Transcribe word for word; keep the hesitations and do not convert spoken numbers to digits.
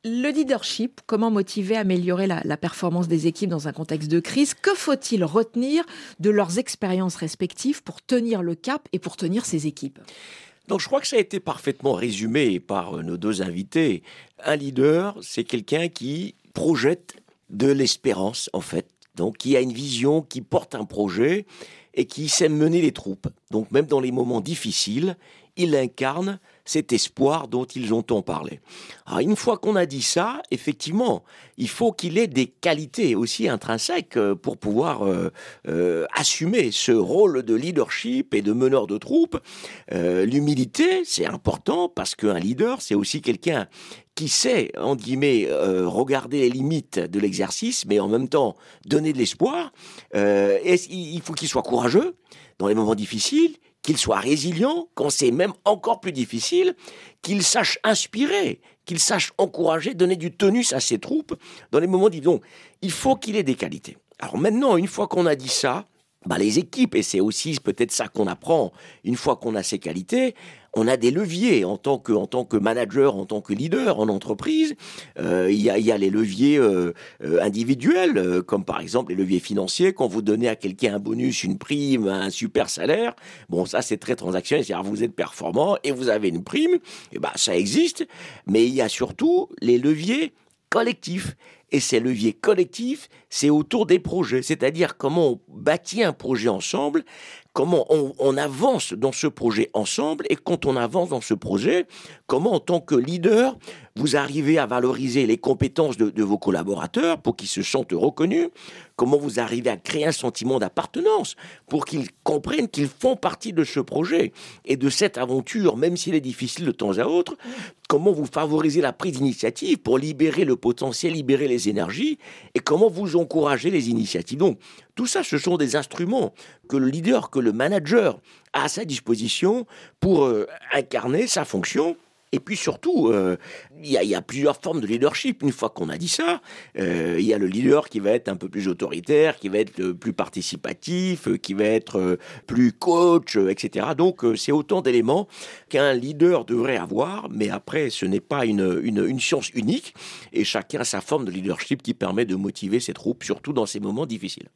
Le leadership, comment motiver, améliorer la, la performance des équipes dans un contexte de crise? Que faut-il retenir de leurs expériences respectives pour tenir le cap et pour tenir ces équipes? Donc je crois que ça a été parfaitement résumé par nos deux invités. Un leader, c'est quelqu'un qui projette de l'espérance, en fait. Donc qui a une vision, qui porte un projet et qui sait mener les troupes. Donc même dans les moments difficiles, il incarne cet espoir dont ils ont tant parlé. Alors une fois qu'on a dit ça, effectivement, il faut qu'il ait des qualités aussi intrinsèques pour pouvoir euh, euh, assumer ce rôle de leadership et de meneur de troupes. Euh, l'humilité, c'est important parce qu'un leader, c'est aussi quelqu'un qui sait, entre guillemets, euh, regarder les limites de l'exercice, mais en même temps donner de l'espoir. Euh, et il faut qu'il soit courageux dans les moments difficiles, qu'il soit résilient quand c'est même encore plus difficile, qu'il sache inspirer, qu'il sache encourager, donner du tonus à ses troupes dans les moments difficiles. Donc, il faut qu'il ait des qualités. Alors maintenant, une fois qu'on a dit ça, bah les équipes, et c'est aussi peut-être ça qu'on apprend, une fois qu'on a ces qualités, on a des leviers en tant que, en tant que manager, en tant que leader en entreprise. Euh, il y a, il y a les leviers euh, euh, individuels, euh, comme par exemple les leviers financiers. Quand vous donnez à quelqu'un un bonus, une prime, un super salaire, bon, ça c'est très transactionnel, c'est-à-dire vous êtes performant et vous avez une prime, et ben ça existe. Mais il y a surtout les leviers collectifs. Et ces leviers collectifs, c'est autour des projets. C'est-à-dire comment on bâtit un projet ensemble, comment on, on avance dans ce projet ensemble. Et quand on avance dans ce projet, comment en tant que leader, vous arrivez à valoriser les compétences de, de vos collaborateurs pour qu'ils se sentent reconnus. Comment vous arrivez à créer un sentiment d'appartenance pour qu'ils comprennent qu'ils font partie de ce projet et de cette aventure, même s'il est difficile de temps à autre. Comment vous favorisez la prise d'initiative pour libérer le potentiel, libérer les énergies, et comment vous encouragez les initiatives. Donc, tout ça, ce sont des instruments que le leader, que le manager a à sa disposition pour euh, incarner sa fonction. Et puis surtout, euh, il y a, il y a plusieurs formes de leadership. Une fois qu'on a dit ça, euh, il y a le leader qui va être un peu plus autoritaire, qui va être euh, plus participatif, euh, qui va être euh, plus coach, euh, et cetera. Donc, euh, c'est autant d'éléments qu'un leader devrait avoir. Mais après, ce n'est pas une, une, une science unique. Et chacun a sa forme de leadership qui permet de motiver ses troupes, surtout dans ces moments difficiles.